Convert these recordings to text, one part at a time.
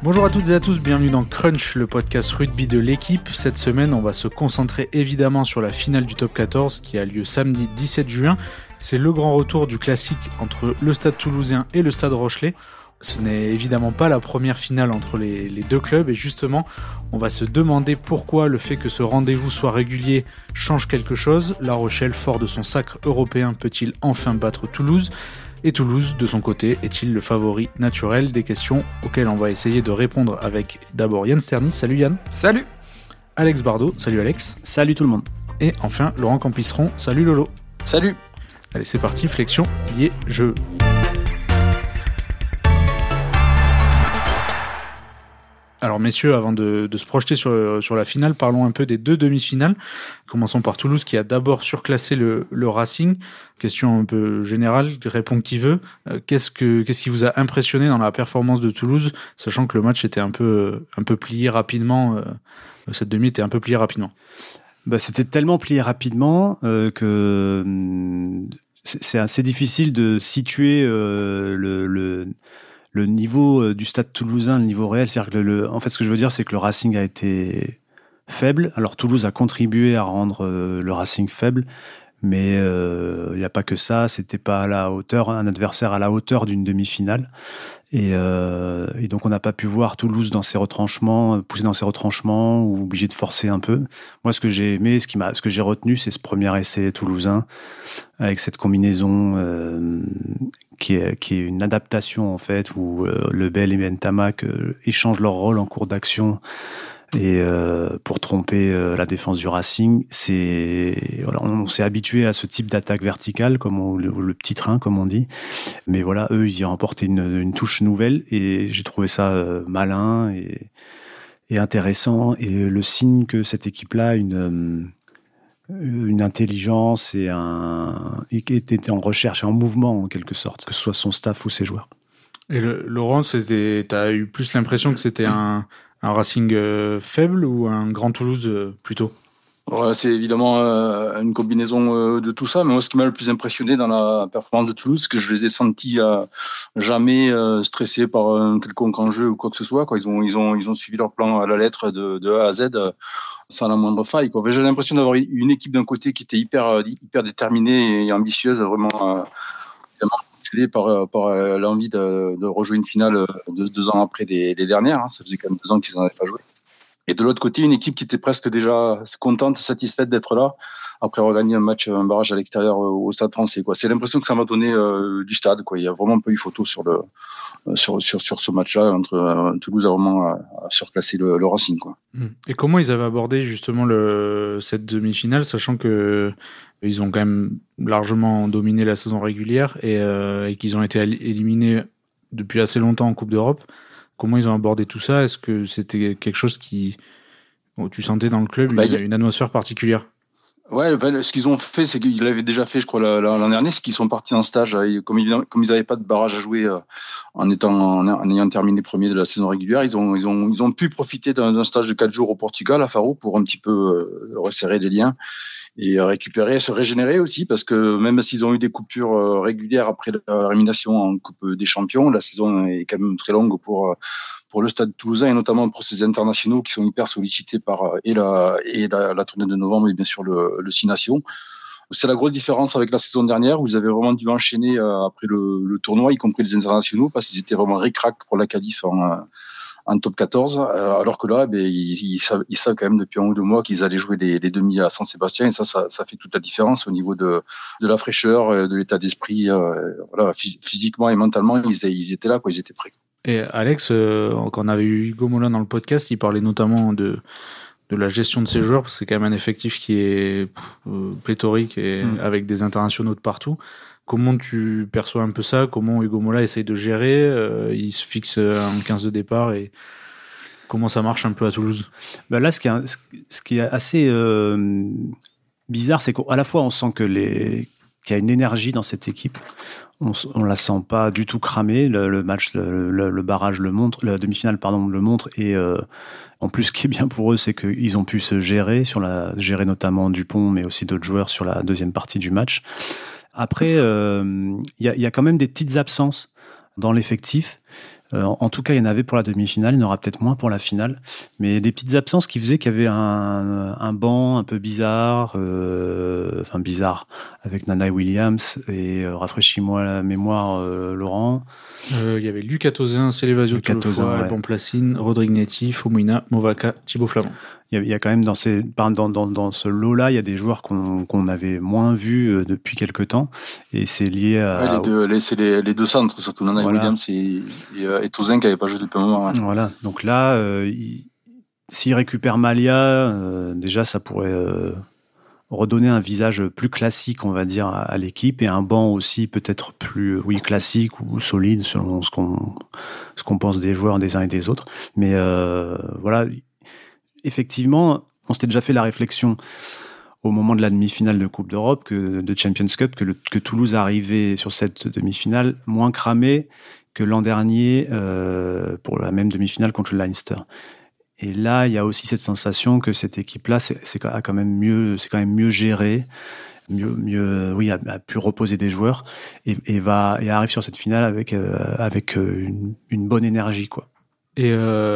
Bonjour à toutes et à tous, bienvenue dans Crunch, le podcast rugby de l'équipe. Cette semaine, on va se concentrer évidemment sur la finale du top 14 qui a lieu samedi 17 juin. C'est le grand retour du classique entre le Stade Toulousain et le Stade Rochelais. Ce n'est évidemment pas la première finale entre les deux clubs et justement, on va se demander pourquoi le fait que ce rendez-vous soit régulier change quelque chose. La Rochelle, fort de son sacre européen, peut-il enfin battre Toulouse ? Et Toulouse, de son côté, est-il le favori naturel ? Des questions auxquelles on va essayer de répondre avec d'abord Yann Sterny. Salut Yann. Salut. Alex Bardot. Salut Alex. Salut tout le monde. Et enfin Laurent Campisseron. Salut Lolo. Salut. Allez, c'est parti, flexion, lié, jeu. Alors messieurs, avant de se projeter sur la finale, parlons un peu des deux demi-finales. Commençons par Toulouse qui a d'abord surclassé le Racing. Question un peu générale, réponds qui veut. Qu'est-ce qui vous a impressionné dans la performance de Toulouse, sachant que le match était un peu plié rapidement, cette demi était un peu pliée rapidement. C'était tellement plié rapidement que c'est assez difficile de situer le niveau du Stade Toulousain, le niveau réel. C'est-à-dire que en fait, ce que je veux dire, c'est que le Racing a été faible. Alors Toulouse a contribué à rendre le Racing faible, mais il n'y a pas que ça. C'était pas à la hauteur, un adversaire à la hauteur d'une demi-finale. Et donc on n'a pas pu voir Toulouse pousser dans ses retranchements ou obligé de forcer un peu. Moi, ce que j'ai aimé, ce que j'ai retenu, c'est ce premier essai toulousain avec cette combinaison qui est une adaptation en fait où Lebel et Bentamak échangent leur rôle en cours d'action et pour tromper la défense du Racing. On s'est habitué à ce type d'attaque verticale, comme le petit train, comme on dit. Mais voilà, eux, ils y ont apporté une touche nouvelle et j'ai trouvé ça malin et intéressant. Et le signe que cette équipe-là a une intelligence et était en recherche et en mouvement en quelque sorte, que ce soit son staff ou ses joueurs. Et Laurent, t'as eu plus l'impression que c'était un Racing faible ou un grand Toulouse plutôt ? Ouais, c'est évidemment une combinaison de tout ça, mais moi ce qui m'a le plus impressionné dans la performance de Toulouse, c'est que je les ai sentis jamais stressés par un quelconque enjeu ou quoi que ce soit. Ils ont suivi leur plan à la lettre de A à Z sans la moindre faille. J'ai l'impression d'avoir une équipe d'un côté qui était hyper déterminée et ambitieuse, vraiment obsédée par l'envie de rejouer une finale 2 ans après les dernières. Ça faisait quand même 2 ans qu'ils n'en avaient pas joué. Et de l'autre côté, une équipe qui était presque déjà contente, satisfaite d'être là, après avoir gagné un barrage à l'extérieur au Stade français. C'est l'impression que ça m'a donné du stade. Il y a vraiment pas eu photo sur ce match-là. Toulouse a vraiment surclassé le Racing. Et comment ils avaient abordé justement cette demi-finale, sachant que ils ont quand même largement dominé la saison régulière et qu'ils ont été éliminés depuis assez longtemps en Coupe d'Europe. Comment ils ont abordé tout ça ? Est-ce que c'était quelque chose tu sentais dans le club une atmosphère particulière ? Ouais, ce qu'ils ont fait, c'est qu'ils l'avaient déjà fait, je crois, l'an dernier, c'est qu'ils sont partis en stage. Comme ils n'avaient pas de barrage à jouer en ayant terminé premier de la saison régulière, ils ont pu profiter d'un stage de 4 jours au Portugal, à Faro, pour un petit peu resserrer les liens et récupérer, se régénérer aussi, parce que même s'ils ont eu des coupures régulières après la élimination en Coupe des Champions, la saison est quand même très longue pour le Stade Toulousain et notamment pour ces internationaux qui sont hyper sollicités par la tournée de novembre et bien sûr le Six Nations. C'est la grosse différence avec la saison dernière où ils avaient vraiment dû enchaîner après le tournoi, y compris les internationaux, parce qu'ils étaient vraiment ric-rac pour la qualif en top 14, alors que là, ils savent quand même depuis 1 ou 2 mois qu'ils allaient jouer les demi à Saint-Sébastien, et ça fait toute la différence au niveau de la fraîcheur, de l'état d'esprit, physiquement et mentalement, ils étaient là, ils étaient prêts. Et Alex, quand on avait eu Hugo Mola dans le podcast, il parlait notamment de la gestion de ses joueurs, parce que c'est quand même un effectif qui est pléthorique et avec des internationaux de partout. Comment tu perçois un peu ça ? Comment Hugo Mola essaye de gérer ? Il se fixe un 15 de départ et comment ça marche un peu à Toulouse ? Là, ce qui est assez bizarre, c'est qu'à la fois on sent qu'il y a une énergie dans cette équipe. On la sent pas du tout cramée. Le match, le barrage le montre, la demi-finale le montre. Et en plus, ce qui est bien pour eux, c'est qu'ils ont pu se gérer gérer notamment Dupont, mais aussi d'autres joueurs sur la deuxième partie du match. Après, il y a quand même des petites absences dans l'effectif. En tout cas, il y en avait pour la demi-finale, il y en aura peut-être moins pour la finale. Mais des petites absences qui faisaient qu'il y avait un banc un peu bizarre, bizarre, avec Nana Williams, et rafraîchis-moi la mémoire, Laurent. Il y avait Lucas Tozin, Célévasio Tolofoa, Alban Placine, Rodrigue Netti, Fomouina, Movaca, Thibaut Flamand. Il y a quand même dans ce lot-là, il y a des joueurs qu'on avait moins vus depuis quelques temps, et c'est lié à... c'est les deux centres, surtout Nana Williams et Tozin qui n'avaient pas joué depuis un moment. Ouais. Voilà, donc là, s'il récupère Malia, déjà ça pourrait redonner un visage plus classique, on va dire, à l'équipe, et un banc aussi peut-être plus classique ou solide, selon ce qu'on pense des joueurs des uns et des autres. Mais voilà, effectivement, on s'était déjà fait la réflexion au moment de la demi-finale de Coupe d'Europe, de Champions Cup, que Toulouse arrivait sur cette demi-finale moins cramé que l'an dernier pour la même demi-finale contre le Leinster. Et là, il y a aussi cette sensation que cette équipe-là, c'est quand même mieux géré, a pu reposer des joueurs et arrive sur cette finale avec une bonne énergie, quoi. Et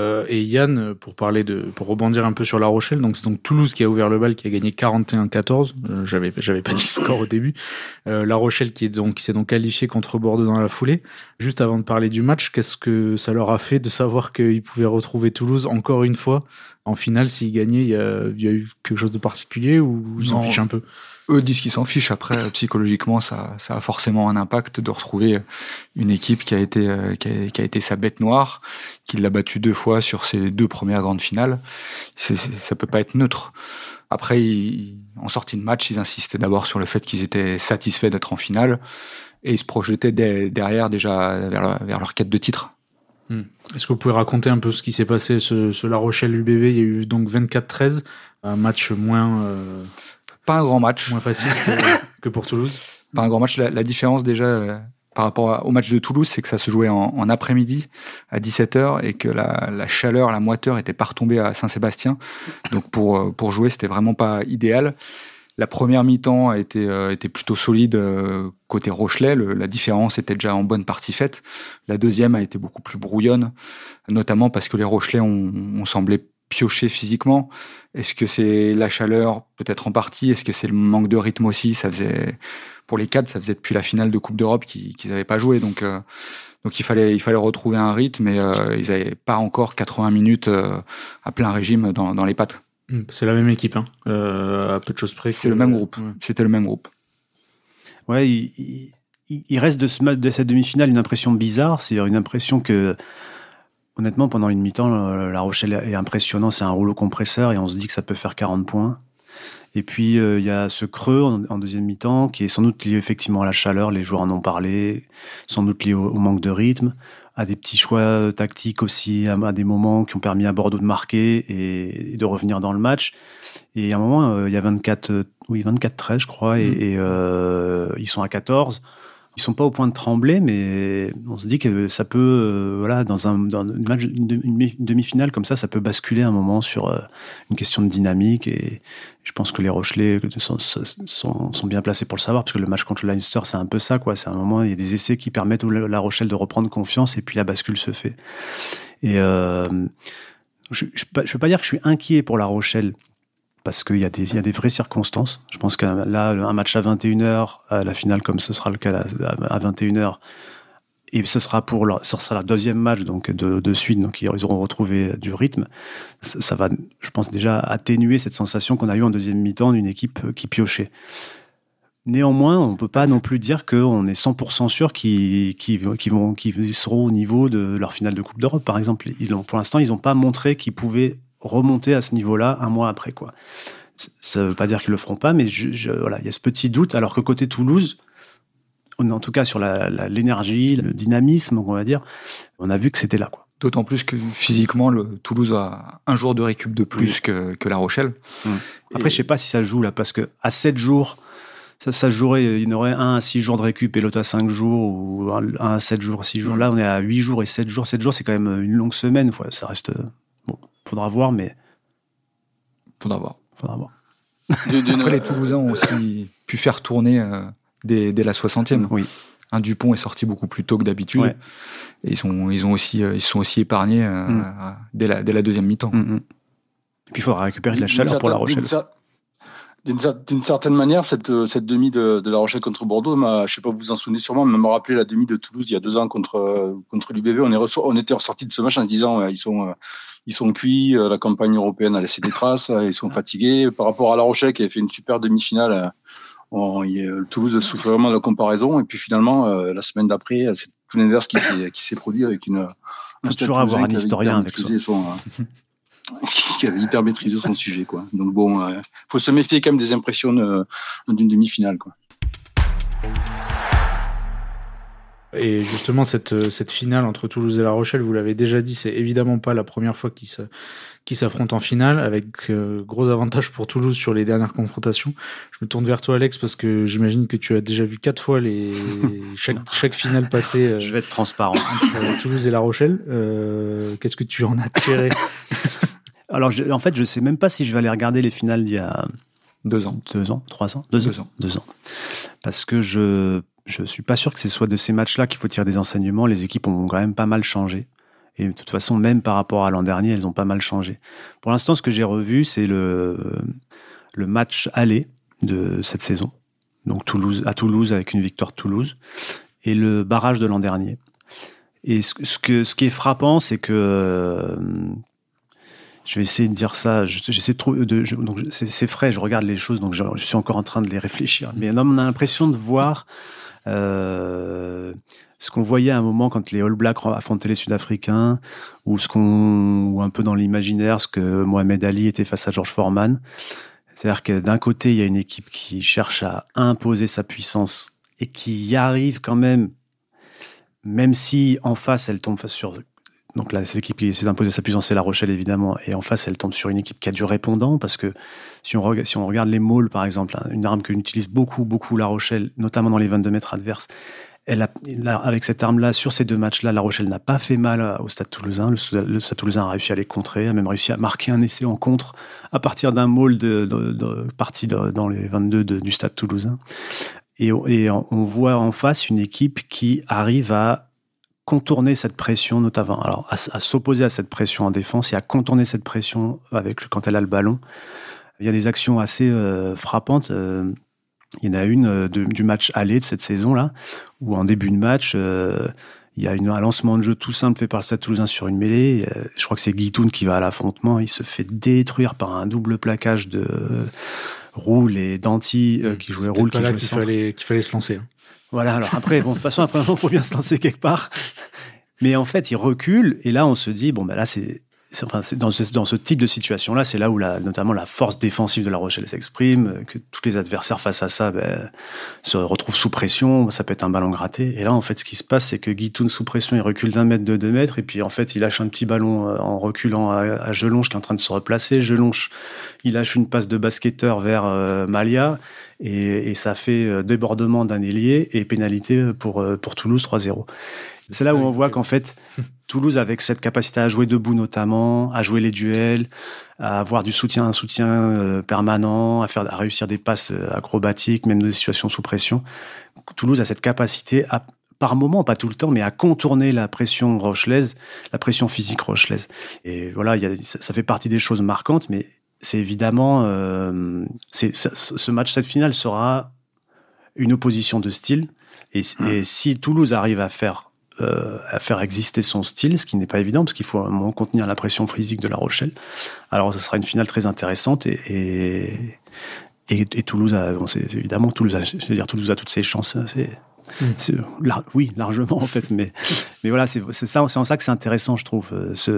Yann, pour rebondir un peu sur La Rochelle, donc c'est donc Toulouse qui a ouvert le bal, qui a gagné 41-14. J'avais pas dit le score au début. La Rochelle qui s'est donc qualifié contre Bordeaux dans la foulée. Juste avant de parler du match, qu'est-ce que ça leur a fait de savoir qu'ils pouvaient retrouver Toulouse encore une fois en finale? S'ils gagnaient, il y a eu quelque chose de particulier ou ils s'en fichent un peu? Eux disent qu'ils s'en fichent. Après, psychologiquement, ça a forcément un impact de retrouver une équipe qui a été sa bête noire, qui l'a battue 2 fois sur ses 2 premières grandes finales. Ça peut pas être neutre. Après, en sortie de match, ils insistaient d'abord sur le fait qu'ils étaient satisfaits d'être en finale et ils se projetaient derrière déjà vers leur quête de titre. Est-ce que vous pouvez raconter un peu ce qui s'est passé, ce La Rochelle UBB? Il y a eu donc 24-13, un match pas un grand match. Moins facile que pour Toulouse. Pas un grand match. La différence déjà par rapport au match de Toulouse, c'est que ça se jouait en après-midi à 17h et que la chaleur, la moiteur était pas retombée à Saint-Sébastien. Donc pour jouer, c'était vraiment pas idéal. La première mi-temps a été plutôt solide côté Rochelais. La différence était déjà en bonne partie faite. La deuxième a été beaucoup plus brouillonne, notamment parce que les Rochelais ont semblé piocher physiquement. Est-ce que c'est la chaleur? Peut-être en partie. Est-ce que c'est le manque de rythme aussi? Pour les cadres, ça faisait depuis la finale de Coupe d'Europe qu'ils n'avaient pas joué. Donc il fallait retrouver un rythme et ils n'avaient pas encore 80 minutes à plein régime dans les pattes. C'est la même équipe, à peu de choses près. C'est le même groupe. Ouais. C'était le même groupe. Ouais, il reste de cette demi-finale une impression bizarre. C'est-à-dire une impression que, honnêtement, pendant une mi-temps, La Rochelle est impressionnant. C'est un rouleau compresseur et on se dit que ça peut faire 40 points. Et puis, il y a ce creux en deuxième mi-temps qui est sans doute lié effectivement à la chaleur. Les joueurs en ont parlé. Sans doute lié au manque de rythme, à des petits choix tactiques aussi, à des moments qui ont permis à Bordeaux de marquer et de revenir dans le match. Et à un moment, il y a 24-13, je crois, et ils sont à 14. Ils sont pas au point de trembler, mais on se dit que ça peut, dans un match, une demi-finale comme ça peut basculer un moment sur une question de dynamique. Et je pense que les Rochelais sont bien placés pour le savoir, parce que le match contre le Leinster, c'est un peu ça, quoi. C'est un moment, il y a des essais qui permettent à La Rochelle de reprendre confiance, et puis la bascule se fait. Et je veux pas dire que je suis inquiet pour La Rochelle, parce qu'il y a des vraies circonstances. Je pense que là, un match à 21h, la finale comme ce sera le cas à 21h, et ça sera le deuxième match donc de suite, donc ils auront retrouvé du rythme. Ça va, je pense, déjà atténuer cette sensation qu'on a eue en deuxième mi-temps d'une équipe qui piochait. Néanmoins, on peut pas non plus dire qu'on est 100% sûr qu'ils seront au niveau de leur finale de Coupe d'Europe, par exemple. Pour l'instant, ils n'ont pas montré qu'ils pouvaient remonter à ce niveau-là un mois après, quoi. Ça veut pas dire qu'ils le feront pas, mais il y a ce petit doute, alors que côté Toulouse, en tout cas sur l'énergie, le dynamisme, on va dire, on a vu que c'était là, quoi. D'autant plus que physiquement, Toulouse a un jour de récup de plus que La Rochelle. Après, je sais pas si ça joue là, parce que à 7 jours, ça jouerait, il y en aurait un à 6 jours de récup et l'autre à 5 jours, ou un à 7 jours, 6 jours. Là, on est à 8 jours et 7 jours. 7 jours, c'est quand même une longue semaine. Ouais, ça reste... Bon, faudra voir, mais... Faudra voir. Après, les Toulousains ont aussi pu faire tourner dès la 60e. Oui. un Dupont est sorti beaucoup plus tôt que d'habitude. Ouais. Et ils se sont aussi épargnés dès la deuxième mi-temps. Et puis il faudra récupérer de la chaleur pour La Rochelle. D'une certaine manière, cette demi de La Rochelle contre Bordeaux, je ne sais pas, vous vous en souvenez sûrement, m'a rappelé la demi de Toulouse il y a 2 ans contre l'UBV. On était ressortis de ce match en se disant ils sont cuits, la campagne européenne a laissé des traces, ils sont fatigués. Par rapport à La Rochelle qui avait fait une super demi-finale, Toulouse souffre vraiment de la comparaison. Et puis finalement, la semaine d'après, c'est tout l'inverse qui s'est produit avec un toujours avoir un historien avec ça. Qui avait hyper maîtrisé son sujet, quoi. Donc bon, faut se méfier quand même des impressions d'une demi-finale, quoi. Et justement, cette finale entre Toulouse et La Rochelle, vous l'avez déjà dit, c'est évidemment pas la première fois qu'ils s'affrontent en finale, avec gros avantage pour Toulouse sur les dernières confrontations. Je me tourne vers toi, Alex, parce que j'imagine que tu as déjà vu 4 fois chaque finale passée. Je vais être transparent. Entre Toulouse et La Rochelle. Qu'est-ce que tu en as tiré? Alors, en fait, je sais même pas si je vais aller regarder les finales d'il y a 2 ans. 2 ans, 3 ans, 2 ans. 2 ans. Parce que je suis pas sûr que ce soit de ces matchs-là qu'il faut tirer des enseignements. Les équipes ont quand même pas mal changé. Et de toute façon, même par rapport à l'an dernier, elles ont pas mal changé. Pour l'instant, ce que j'ai revu, c'est le match aller de cette saison. Donc à Toulouse, avec une victoire de Toulouse. Et le barrage de l'an dernier. Et ce qui est frappant, c'est que... je vais essayer de dire ça. J'essaie de trouver. Donc c'est frais. Je regarde les choses, donc je suis encore en train de les réfléchir. Mais on a l'impression de voir ce qu'on voyait à un moment quand les All Blacks affrontaient les Sud-Africains, ou un peu dans l'imaginaire, ce que Mohamed Ali était face à George Foreman. C'est-à-dire que d'un côté, il y a une équipe qui cherche à imposer sa puissance et qui y arrive quand même si en face elle tombe sur. Donc là, c'est l'équipe qui essaie d'imposer sa puissance, c'est La Rochelle, évidemment. Et en face, elle tombe sur une équipe qui a du répondant, parce que si on regarde les mauls, par exemple, une arme que utilise beaucoup La Rochelle, notamment dans les 22 mètres adverses, avec cette arme-là, sur ces 2 matchs-là, La Rochelle n'a pas fait mal au Stade Toulousain. Le Stade Toulousain a réussi à les contrer, a même réussi à marquer un essai en contre à partir d'un maul parti dans les 22 du Stade Toulousain. Et on voit en face une équipe qui arrive à contourner cette pression, notamment, alors à s'opposer à cette pression en défense et à contourner cette pression quand elle a le ballon. Il y a des actions assez frappantes. Il y en a une du match aller de cette saison-là, où en début de match, il y a un lancement de jeu tout simple fait par le Stade Toulousain sur une mêlée. Je crois que c'est Guitoun qui va à l'affrontement. Il se fait détruire par un double plaquage de Roule et Danty qui jouait Roule. C'est pas là qu'il fallait se lancer. Voilà, alors après, de toute façon, il faut bien se lancer quelque part. Mais en fait, il recule, et là, on se dit, là, c'est dans ce type de situation-là, c'est là où notamment la force défensive de La Rochelle s'exprime, que tous les adversaires face à ça se retrouvent sous pression, ça peut être un ballon gratté. Et là, en fait, ce qui se passe, c'est que Guitoun, sous pression, il recule d'1 mètre, de 2 mètres, et puis en fait, il lâche un petit ballon en reculant à Jelonche, qui est en train de se replacer. Jelonche, il lâche une passe de basketteur vers Malia, et ça fait débordement d'un ailier et pénalité pour Toulouse, 3-0. C'est là où on voit qu'en fait, Toulouse, avec cette capacité à jouer debout notamment, à jouer les duels, à avoir un soutien permanent, à réussir des passes acrobatiques, même dans des situations sous pression, Toulouse a cette capacité par moment, pas tout le temps, mais à contourner la pression rochelaise, la pression physique rochelaise. Et voilà, ça fait partie des choses marquantes, mais c'est évidemment... ce match, cette finale sera une opposition de style. Et si Toulouse arrive à faire exister son style, ce qui n'est pas évident, parce qu'il faut à un moment contenir la pression physique de La Rochelle, alors ce sera une finale très intéressante, et Toulouse évidemment, Toulouse a toutes ses chances. Oui, largement, en fait, mais voilà, c'est en ça que c'est intéressant, je trouve,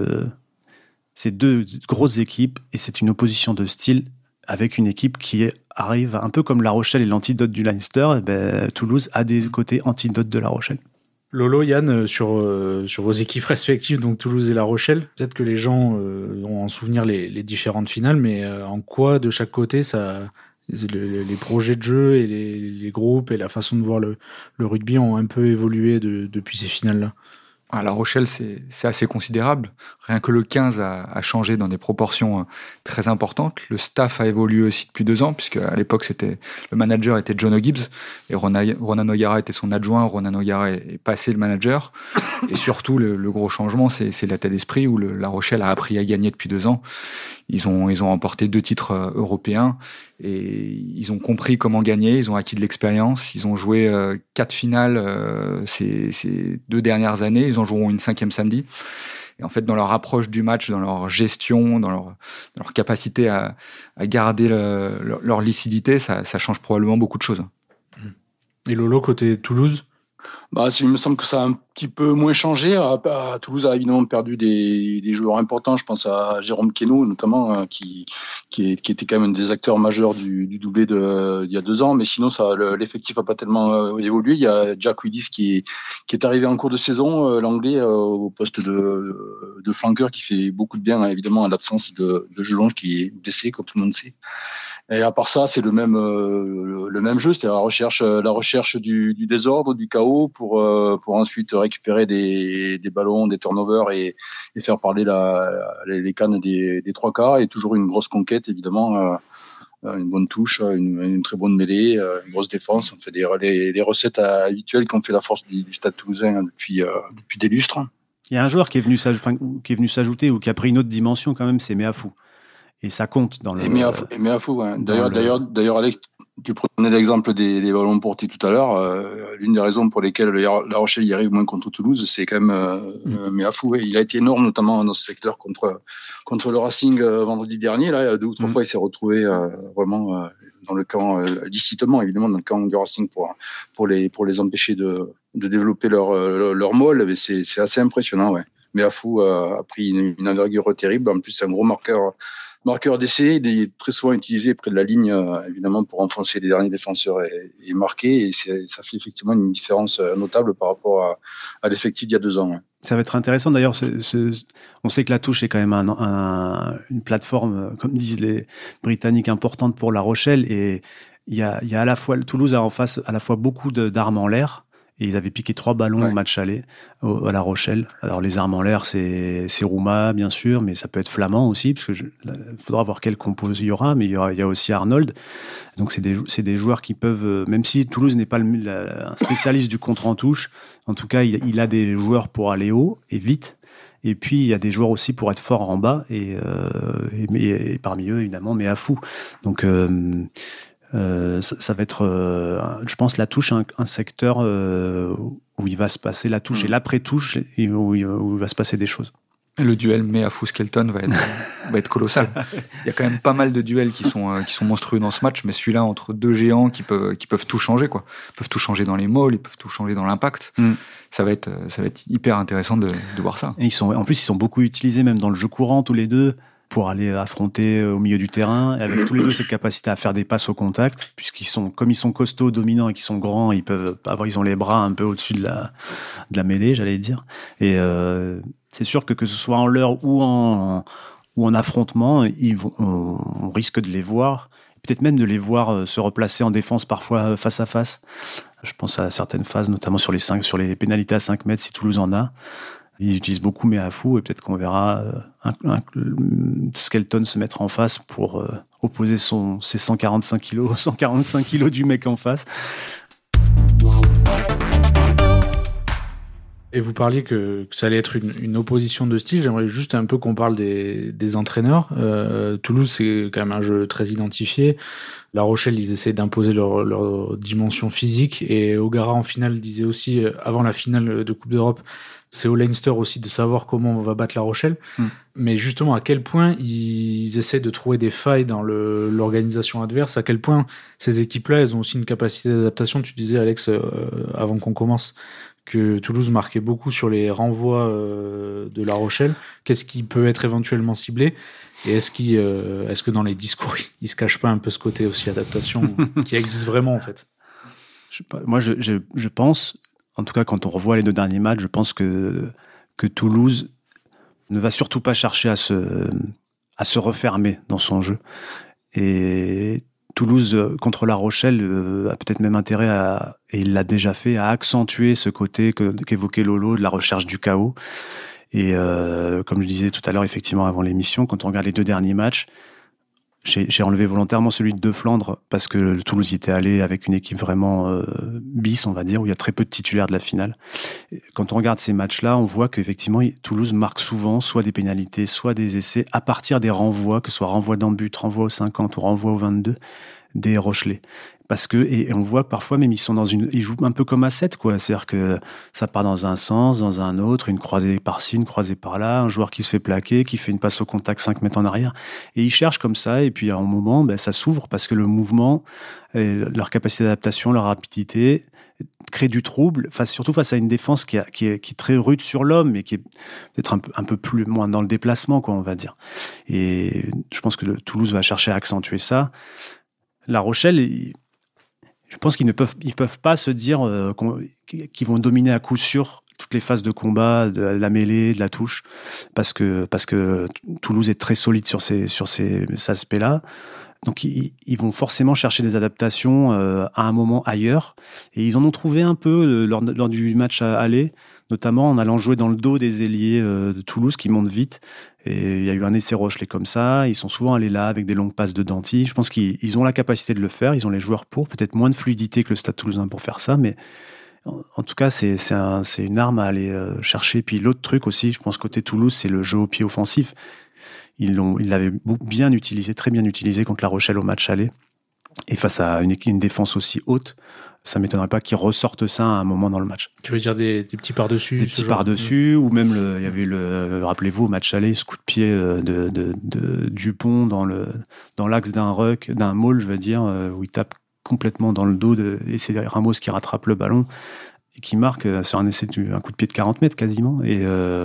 ces 2 grosses équipes, et c'est une opposition de style avec une équipe qui arrive, un peu comme La Rochelle est l'antidote du Leinster, Toulouse a des côtés antidotes de La Rochelle. Lolo, Yann, sur vos équipes respectives, donc Toulouse et La Rochelle, peut-être que les gens ont en souvenir les différentes finales, mais en quoi, de chaque côté, les projets de jeu et les groupes et la façon de voir le rugby ont un peu évolué depuis ces finales-là? À La Rochelle, c'est assez considérable. Rien que le 15 a changé dans des proportions très importantes. Le staff a évolué aussi depuis 2 ans, puisque à l'époque, le manager était John O'Gibbs et Ronan O'Gara était son adjoint. Ronan O'Gara est passé le manager. Et surtout, le gros changement, c'est l'état d'esprit où La Rochelle a appris à gagner depuis 2 ans. Ils ont remporté 2 titres européens et ils ont compris comment gagner. Ils ont acquis de l'expérience. Ils ont joué 4 finales ces 2 dernières années. Ils en joueront une 5e samedi. Et en fait, dans leur approche du match, dans leur gestion, dans leur capacité à garder leur lucidité, ça change probablement beaucoup de choses. Et Lolo, côté Toulouse? Il me semble que ça a un petit peu moins changé. Toulouse a évidemment perdu des joueurs importants. Je pense à Jérôme Queneau, notamment, qui était quand même un des acteurs majeurs du doublé il y a 2 ans. Mais sinon, l'effectif n'a pas tellement évolué. Il y a Jack Willis qui est arrivé en cours de saison, l'anglais, au poste de flanqueur, qui fait beaucoup de bien, évidemment, à l'absence de Jelonge, qui est blessé, comme tout le monde sait. Et à part ça, c'est le même jeu, c'est-à-dire la recherche du désordre, du chaos, pour ensuite récupérer des ballons, des turnovers et faire parler les cannes des 3 quarts. Et toujours une grosse conquête, évidemment, une bonne touche, une très bonne mêlée, une grosse défense. On fait les recettes habituelles qui ont fait la force du Stade Toulousain depuis des lustres. Il y a un joueur qui est venu s'ajouter ou qui a pris une autre dimension quand même, c'est Meafou. Et ça compte dans le. Et Meafou, hein. D'ailleurs, Alex, tu prenais l'exemple des ballons portés tout à l'heure. L'une des raisons pour lesquelles La Rochelle y arrive moins contre Toulouse, c'est quand même Meafou. Il a été énorme, notamment dans ce secteur contre le Racing vendredi dernier. Là, 2 ou 3 fois, il s'est retrouvé vraiment dans le camp, licitement, évidemment, dans le camp du Racing pour les empêcher de développer leur molle. Mais c'est assez impressionnant, ouais. Meafou a pris une envergure terrible. En plus, c'est un gros marqueur d'essai, il est très souvent utilisé près de la ligne, évidemment, pour enfoncer les derniers défenseurs et marquer. Et ça fait effectivement une différence notable par rapport à l'effectif d'il y a 2 ans. Ouais. Ça va être intéressant. D'ailleurs, on sait que La Touche est quand même une plateforme, comme disent les Britanniques, importante pour La Rochelle. Et il y a à la fois, Toulouse a en face à la fois beaucoup d'armes en l'air. Et ils avaient piqué 3 ballons au match aller à La Rochelle. Alors les armes en l'air, c'est Rouma, bien sûr, mais ça peut être Flamand aussi, parce que faudra voir quel compo il y aura, mais il y a aussi Arnold. Donc c'est des joueurs qui peuvent, même si Toulouse n'est pas un spécialiste du contre en touche, en tout cas il a des joueurs pour aller haut et vite. Et puis il y a des joueurs aussi pour être fort en bas et parmi eux évidemment Meafou. Donc ça va être, je pense, La Touche, un secteur où il va se passer la touche et l'après-touche, et où il va se passer des choses. Le duel Meafou-Skelton va être colossal. Il y a quand même pas mal de duels qui sont monstrueux dans ce match, mais celui-là, entre 2 géants qui peuvent tout changer, quoi. Ils peuvent tout changer dans les molles, ils peuvent tout changer dans l'impact. Ça va être hyper intéressant de voir ça. Et en plus, ils sont beaucoup utilisés, même dans le jeu courant, tous les deux, pour aller affronter au milieu du terrain, et avec tous les deux cette capacité à faire des passes au contact, comme ils sont costauds, dominants et qu'ils sont grands, ils ont les bras un peu au-dessus de la mêlée, j'allais dire. Et c'est sûr que ce soit en leurre ou en affrontement, on risque de les voir, peut-être même de les voir se replacer en défense parfois face à face. Je pense à certaines phases, notamment sur les pénalités à 5 mètres, si Toulouse en a. Ils utilisent beaucoup Meafou et peut-être qu'on verra Skelton se mettre en face pour opposer ses 145 kilos du mec en face. Et vous parliez que ça allait être une opposition de style. J'aimerais juste un peu qu'on parle des entraîneurs. Toulouse, c'est quand même un jeu très identifié. La Rochelle, ils essaient d'imposer leur dimension physique. Et O'Gara, en finale, disait aussi, avant la finale de Coupe d'Europe, c'est au Leinster aussi de savoir comment on va battre La Rochelle. Mais justement, à quel point ils essaient de trouver des failles dans l'organisation adverse, à quel point ces équipes-là, elles ont aussi une capacité d'adaptation. Tu disais, Alex, avant qu'on commence, que Toulouse marquait beaucoup sur les renvois de La Rochelle. Qu'est-ce qui peut être éventuellement ciblé ? Et est-ce que dans les discours, il se cache pas un peu ce côté aussi adaptation qui existe vraiment, en fait ? Moi, je pense... En tout cas, quand on revoit les 2 derniers matchs, je pense que Toulouse ne va surtout pas chercher à se refermer dans son jeu. Et Toulouse contre La Rochelle a peut-être même intérêt et il l'a déjà fait, à accentuer ce côté qu'évoquait Lolo de la recherche du chaos. Et comme je disais tout à l'heure, effectivement, avant l'émission, quand on regarde les 2 derniers matchs, j'ai enlevé volontairement celui de Flandre parce que Toulouse y était allé avec une équipe vraiment bis, on va dire, où il y a très peu de titulaires de la finale. Et quand on regarde ces matchs-là, on voit qu'effectivement, Toulouse marque souvent soit des pénalités, soit des essais à partir des renvois, que ce soit renvoi dans le but, renvoi au 50 ou renvoi au 22, des Rochelais. Parce que, et on voit parfois même, ils jouent un peu comme à 7, quoi. C'est-à-dire que ça part dans un sens, dans un autre, une croisée par-ci, une croisée par-là, un joueur qui se fait plaquer, qui fait une passe au contact 5 mètres en arrière. Et ils cherchent comme ça, et puis à un moment, ça s'ouvre parce que le mouvement, leur capacité d'adaptation, leur rapidité, crée du trouble, surtout face à une défense qui est très rude sur l'homme, mais qui est peut-être un peu plus, moins dans le déplacement, quoi, on va dire. Et je pense que Toulouse va chercher à accentuer ça. La Rochelle, je pense qu'ils peuvent pas se dire qu'ils vont dominer à coup sûr toutes les phases de combat, de la mêlée, de la touche, parce que Toulouse est très solide sur ces aspects-là. Donc ils vont forcément chercher des adaptations à un moment ailleurs, et ils en ont trouvé un peu lors du match à aller, notamment en allant jouer dans le dos des ailiers de Toulouse qui montent vite. Et il y a eu un essai Rochelet comme ça. Ils sont souvent allés là avec des longues passes de Danty. Je pense qu'ils ont la capacité de le faire. Ils ont les joueurs pour. Peut-être moins de fluidité que le Stade Toulousain pour faire ça, mais en tout cas, c'est une arme à aller chercher. Puis l'autre truc aussi, je pense côté Toulouse, c'est le jeu au pied offensif. Ils l'avaient bien utilisé, très bien utilisé contre La Rochelle au match aller. Et face à une défense aussi haute, ça ne m'étonnerait pas qu'ils ressortent ça à un moment dans le match. Tu veux dire des petits par-dessus? Des petits par-dessus, ou même, il y avait rappelez-vous, au match aller, ce coup de pied de Dupont dans l'axe d'un ruck, d'un maul, je veux dire, où il tape complètement dans le dos, et c'est Ramos qui rattrape le ballon, et qui marque sur un essai, un coup de pied de 40 mètres quasiment. Et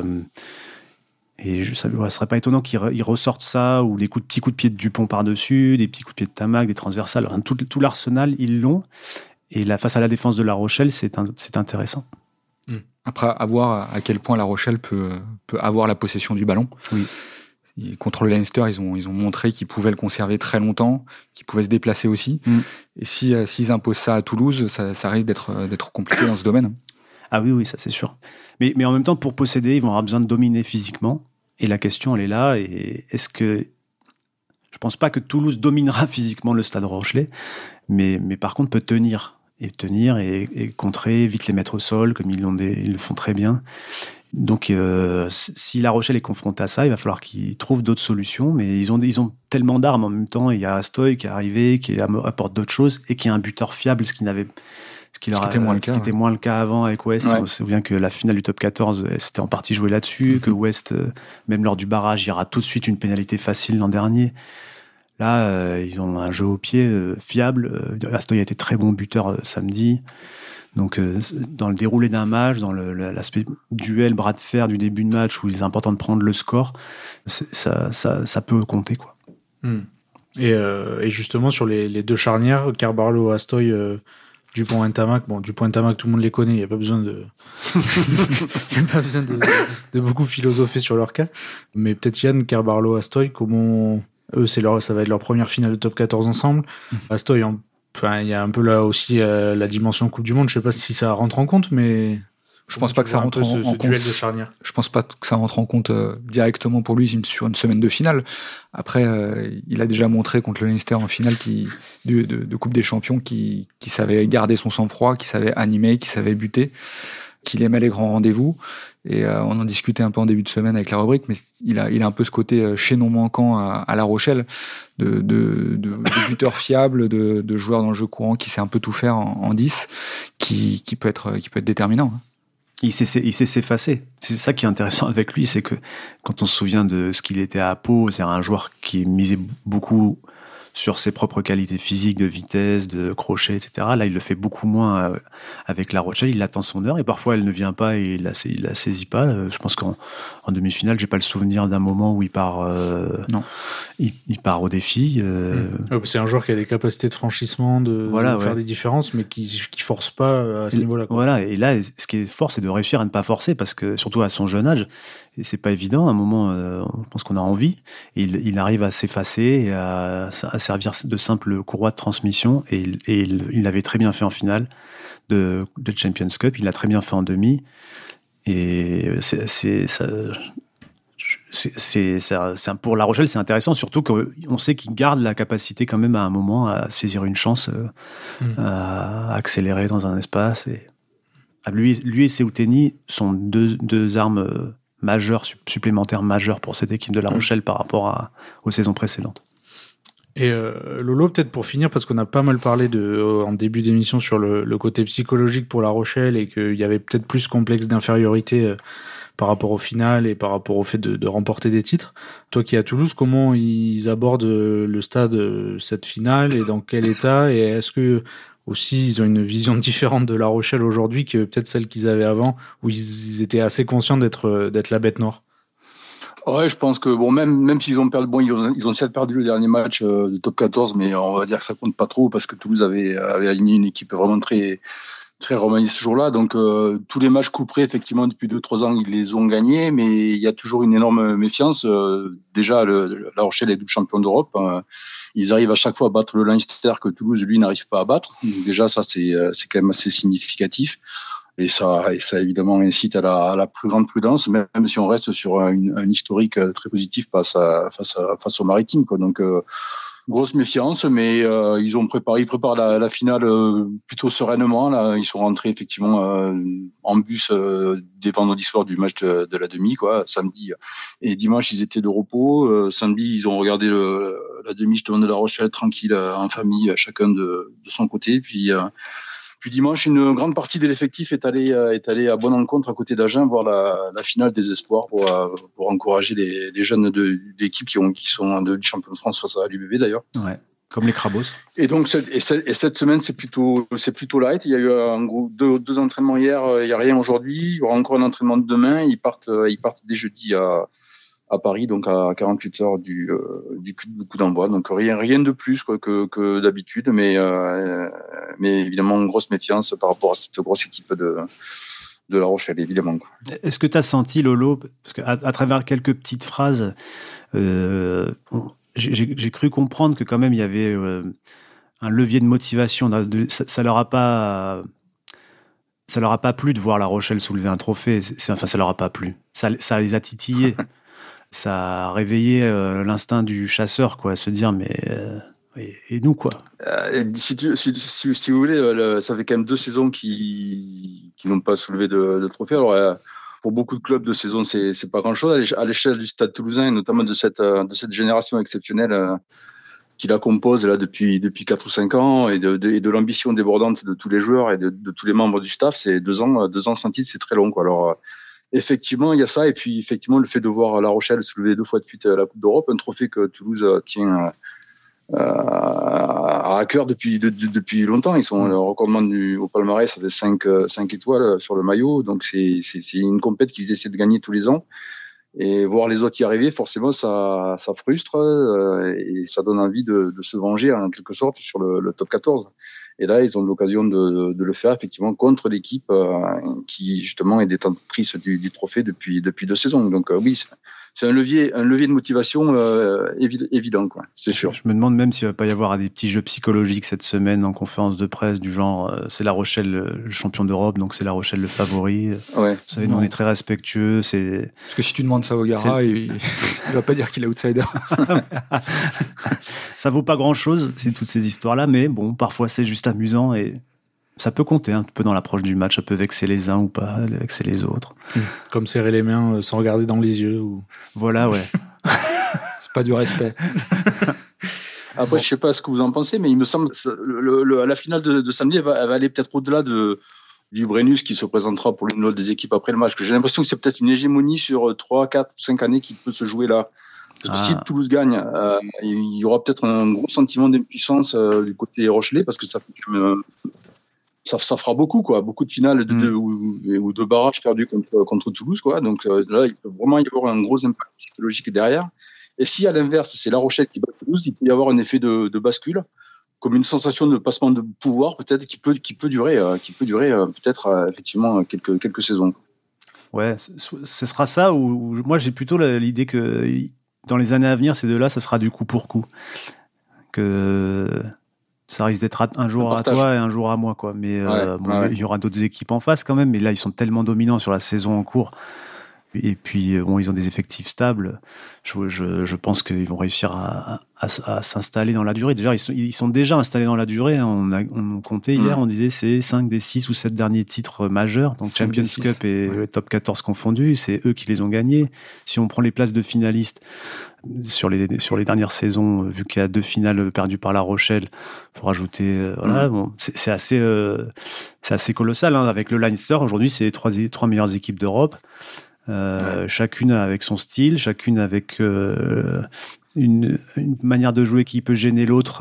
ça ne serait pas étonnant qu'ils ressortent ça, ou des petits coups de pied de Dupont par-dessus, des petits coups de pied de Tamac, des transversales. Tout l'arsenal, ils l'ont. Et face à la défense de La Rochelle, c'est intéressant. Après, à voir à quel point La Rochelle peut avoir la possession du ballon. Oui. Et contre le Leinster, ils ont montré qu'ils pouvaient le conserver très longtemps, qu'ils pouvaient se déplacer aussi. Et s'ils imposent ça à Toulouse, ça risque d'être compliqué dans ce domaine. Ah oui, ça c'est sûr. Mais en même temps, pour posséder, ils vont avoir besoin de dominer physiquement. Et la question, elle est là. Et est-ce que... Je pense pas que Toulouse dominera physiquement le Stade Rochelais, mais par contre peut tenir et contrer, vite les mettre au sol, comme ils le font très bien. Donc, si La Rochelle est confrontée à ça, il va falloir qu'ils trouvent d'autres solutions, mais ils ont tellement d'armes en même temps. Il y a Astoy qui est arrivé, qui apporte d'autres choses, et qui est un buteur fiable, ce qui était moins le cas avant avec West. Ouais. On se souvient que la finale du top 14, c'était en partie joué là-dessus, que West, même lors du barrage, il y aura tout de suite une pénalité facile l'an dernier. Là, ils ont un jeu au pied fiable. Astoy a été très bon buteur samedi. Donc, dans le déroulé d'un match, dans l'aspect duel, bras de fer du début de match, où il est important de prendre le score, ça peut compter, quoi. Et justement, sur les deux charnières, Carbarlo, Astoy, Dupont et Tamac. Bon, Dupont et Tamac, tout le monde les connaît, il n'y a pas besoin de beaucoup philosopher sur leur cas. Mais peut-être Yann, Carbarlo, Astoy, comment... Eux, ça va être leur première finale de top 14 ensemble. Astoy, il y a un peu là aussi la dimension Coupe du Monde. Je sais pas si ça rentre en compte, mais je pense pas que ça rentre en compte. Duel de charnière. Je pense pas que ça rentre en compte directement pour lui sur une semaine de finale. Après, il a déjà montré contre le Leinster en finale de Coupe des Champions qui savait garder son sang-froid, qui savait animer, qui savait buter, qu'il aimait les grands rendez-vous. Et on en discutait un peu en début de semaine avec la rubrique, mais il a un peu ce côté chaînon manquant à La Rochelle, de buteur fiable, de joueur dans le jeu courant qui sait un peu tout faire en 10, qui peut être déterminant. Il sait s'effacer. C'est ça qui est intéressant avec lui, c'est que quand on se souvient de ce qu'il était à Pau, c'est un joueur qui misait beaucoup sur ses propres qualités physiques, de vitesse, de crochet, etc. Là, il le fait beaucoup moins avec La Rochelle. Il attend son heure et parfois elle ne vient pas et il la saisit pas. Je pense qu'en demi-finale, j'ai pas le souvenir d'un moment où il part. Non. Il part au défi. C'est un joueur qui a des capacités de franchissement, de faire des différences, mais qui force pas à ce niveau-là, quoi. Voilà. Et là, ce qui est fort, c'est de réussir à ne pas forcer, parce que surtout à son jeune âge, c'est pas évident. À un moment, je pense qu'on a envie. Et il arrive à s'effacer et à servir de simple courroie de transmission, et il l'avait très bien fait en finale de Champions Cup, il l'a très bien fait en demi, et pour La Rochelle, c'est intéressant, surtout qu'on sait qu'il garde la capacité quand même à un moment à saisir une chance, à accélérer dans un espace. Et lui et Seouteni sont deux armes majeures, supplémentaires majeures pour cette équipe de La Rochelle par rapport aux saisons précédentes. Et Lolo, peut-être pour finir, parce qu'on a pas mal parlé en début d'émission sur le côté psychologique pour La Rochelle et qu'il y avait peut-être plus complexe d'infériorité par rapport au final et par rapport au fait de remporter des titres. Toi qui es à Toulouse, comment ils abordent le stade, cette finale, et dans quel état, et est-ce que aussi ils ont une vision différente de La Rochelle aujourd'hui que peut-être celle qu'ils avaient avant, où ils étaient assez conscients d'être la bête noire? Ouais, je pense que bon, même s'ils ont perdu, ils ont certes perdu le dernier match de top 14, mais on va dire que ça compte pas trop parce que Toulouse avait aligné une équipe vraiment très très remaniée ce jour-là. Donc tous les matchs couperés, effectivement, depuis 2-3 ans, ils les ont gagnés, mais il y a toujours une énorme méfiance. Déjà, La Rochelle est double champion d'Europe. Ils arrivent à chaque fois à battre le Leinster que Toulouse, lui, n'arrive pas à battre. Donc déjà, ça c'est quand même assez significatif. Et ça évidemment incite à la plus grande prudence, même si on reste sur un historique très positif face aux Maritimes, quoi. Donc grosse méfiance, mais ils préparent la finale plutôt sereinement. Là, ils sont rentrés effectivement en bus dès vendredi soir du match de la demi, quoi. Samedi et dimanche, ils étaient de repos. Samedi, ils ont regardé la demi justement de La Rochelle tranquille en famille, chacun de son côté. Puis dimanche, une grande partie de l'effectif est allé à bonne rencontre à côté d'Agen voir la finale des espoirs pour encourager les jeunes de l'équipe qui sont devenus champions de France face à l'UBB d'ailleurs. Ouais, comme les Crabos. Et donc cette semaine c'est plutôt light. Il y a eu en gros deux entraînements hier, il y a rien aujourd'hui. Il y aura encore un entraînement demain. Ils partent dès jeudi à Paris, donc à 48 heures du coup d'envoi. Donc rien de plus quoi, que d'habitude, mais évidemment une grosse méfiance par rapport à cette grosse équipe de La Rochelle, évidemment. Est-ce que tu as senti, Lolo, parce qu'à travers quelques petites phrases, j'ai cru comprendre que quand même il y avait un levier de motivation. Ça leur a pas plu de voir La Rochelle soulever un trophée. Ça leur a pas plu. Ça les a titillés. Ça a réveillé l'instinct du chasseur, quoi, se dire mais et nous quoi. Si vous voulez, ça fait quand même 2 saisons qui n'ont pas soulevé de trophée. Alors pour beaucoup de clubs, 2 saisons c'est pas grand chose à l'échelle du Stade Toulousain et notamment de cette génération exceptionnelle qui la compose là depuis 4 ou 5 ans et de l'ambition débordante de tous les joueurs et de tous les membres du staff. C'est 2 ans sans titre, c'est très long, quoi. Alors effectivement, il y a ça, et puis effectivement le fait de voir La Rochelle soulever 2 fois de suite la Coupe d'Europe, un trophée que Toulouse tient à cœur depuis longtemps. Ils sont le recordement au palmarès, ça fait 5 étoiles sur le maillot, donc c'est une compète qu'ils essaient de gagner tous les ans. Et voir les autres y arriver, forcément, ça frustre et ça donne envie de se venger en quelque sorte sur le top 14. Et là, ils ont l'occasion de le faire effectivement contre l'équipe qui justement est détentrice du trophée depuis 2 saisons. Donc oui, c'est un levier de motivation évident, quoi. C'est sûr. Je me demande même s'il va pas y avoir des petits jeux psychologiques cette semaine en conférence de presse du genre c'est La Rochelle le champion d'Europe, donc c'est La Rochelle le favori. Ouais. Vous savez, nous on est très respectueux. Parce que si tu demandes ça au Gara, il va pas dire qu'il est outsider. Ça vaut pas grand chose, c'est toutes ces histoires là, mais bon, parfois c'est juste amusant et ça peut compter un peu dans l'approche du match. Ça peut vexer les uns ou pas, vexer les autres. Comme serrer les mains sans regarder dans les yeux. Voilà, ouais. C'est pas du respect. Après, je sais pas ce que vous en pensez, mais il me semble à la finale de samedi, elle va aller peut-être au-delà du Brennus qui se présentera pour l'une ou l'autre des équipes après le match. J'ai l'impression que c'est peut-être une hégémonie sur 3, 4, 5 années qui peut se jouer là. Parce que si Toulouse gagne, il y aura peut-être un gros sentiment d'impuissance du côté rochelais, parce que ça fait quand même, ça fera beaucoup, quoi. Beaucoup de finales ou de barrages perdus contre Toulouse, quoi. Donc là, il peut vraiment y avoir un gros impact psychologique derrière. Et si à l'inverse, c'est La Rochelle qui bat Toulouse, il peut y avoir un effet de bascule, comme une sensation de passement de pouvoir, peut-être, qui peut durer peut-être effectivement quelques saisons. Ouais, ce sera ça, ou moi j'ai plutôt l'idée que dans les années à venir, ces deux-là, ça sera du coup pour coup. que ça risque d'être un jour à toi et un jour à moi, quoi. Mais il y aura d'autres équipes en face quand même. Mais là, ils sont tellement dominants sur la saison en cours. Et puis, ils ont des effectifs stables. Je pense qu'ils vont réussir à s'installer dans la durée. Déjà, ils sont déjà installés dans la durée. On comptait hier, on disait c'est 5 des 6 ou 7 derniers titres majeurs. Donc, Champions Cup et Top 14 confondus. C'est eux qui les ont gagnés. Si on prend les places de finalistes sur les dernières saisons, vu qu'il y a 2 finales perdues par La Rochelle, faut rajouter, c'est assez colossal, hein. Avec le Leinster, aujourd'hui, c'est les 3 meilleures équipes d'Europe. Chacune avec son style, chacune avec une manière de jouer qui peut gêner l'autre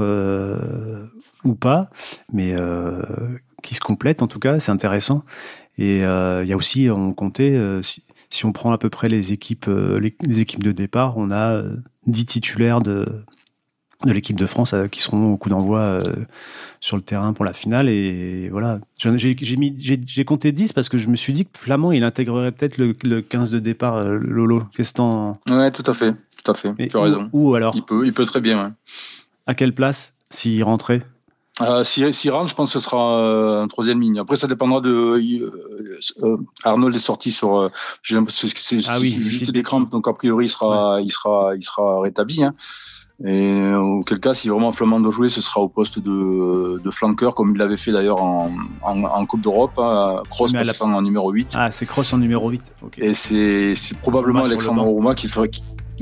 ou pas, mais qui se complète en tout cas, c'est intéressant. Et il y a aussi, on comptait, si on prend à peu près les équipes de départ, on a 10 titulaires de l'équipe de France qui seront au coup d'envoi sur le terrain pour la finale. Et voilà, j'ai compté 10 parce que je me suis dit que Flamand, il intégrerait peut-être le 15 de départ, Lolo. Qu'est-ce que t'en... Ouais, tout à fait. Tu as raison. Où alors? Il peut très bien. Ouais. À quelle place, s'il rentrait? S'il rentre, je pense que ce sera en 3e ligne. Après, ça dépendra de... Arnold est sorti sur... j'ai l'impression que c'est juste des crampes, donc a priori, il sera rétabli. Hein. Et auquel cas, si vraiment Flamand doit jouer, ce sera au poste de flanqueur, comme il l'avait fait d'ailleurs en Coupe d'Europe, hein, Cross passant en numéro 8. Ah, c'est Cross en numéro 8. Okay. Et c'est probablement Alexandre Rouma qui serait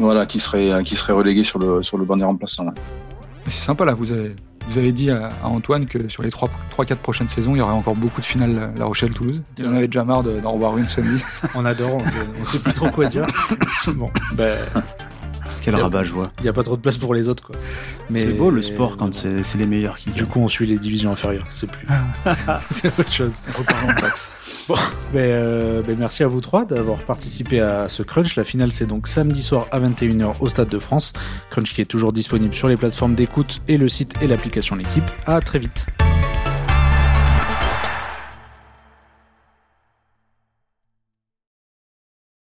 relégué sur le banc des remplaçants. Là. C'est sympa là, vous avez dit à Antoine que sur les 3-4 prochaines saisons, il y aurait encore beaucoup de finales La Rochelle-Toulouse. Il en avait déjà marre d'en revoir une samedi. On adore, on sait plus trop quoi dire. Bon, quel rabat-joie. Il n'y a pas trop de place pour les autres, quoi. Mais c'est beau le sport quand c'est les meilleurs qui gagnent. Du coup, on suit les divisions inférieures. C'est plus. C'est autre chose. Bon, merci à vous 3 d'avoir participé à ce Crunch. La finale, c'est donc samedi soir à 21h au Stade de France. Crunch qui est toujours disponible sur les plateformes d'écoute et le site et l'application L'Équipe. À très vite.